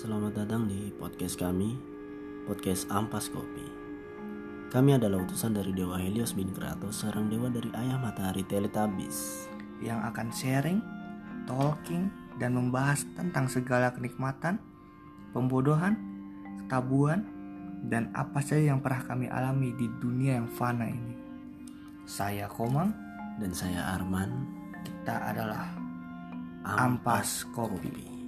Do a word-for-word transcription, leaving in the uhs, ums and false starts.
Selamat datang di podcast kami, podcast Ampas Kopi. Kami adalah utusan dari Dewa Helios bin Kratos, sarang dewa dari ayah matahari Teletubbies, yang akan sharing, talking, dan membahas tentang segala kenikmatan, pembodohan, ketabuhan, dan apa saja yang pernah kami alami di dunia yang fana ini. Saya Komang, dan saya Arman. kita adalah Ampas Ampas Kopi. Kopi.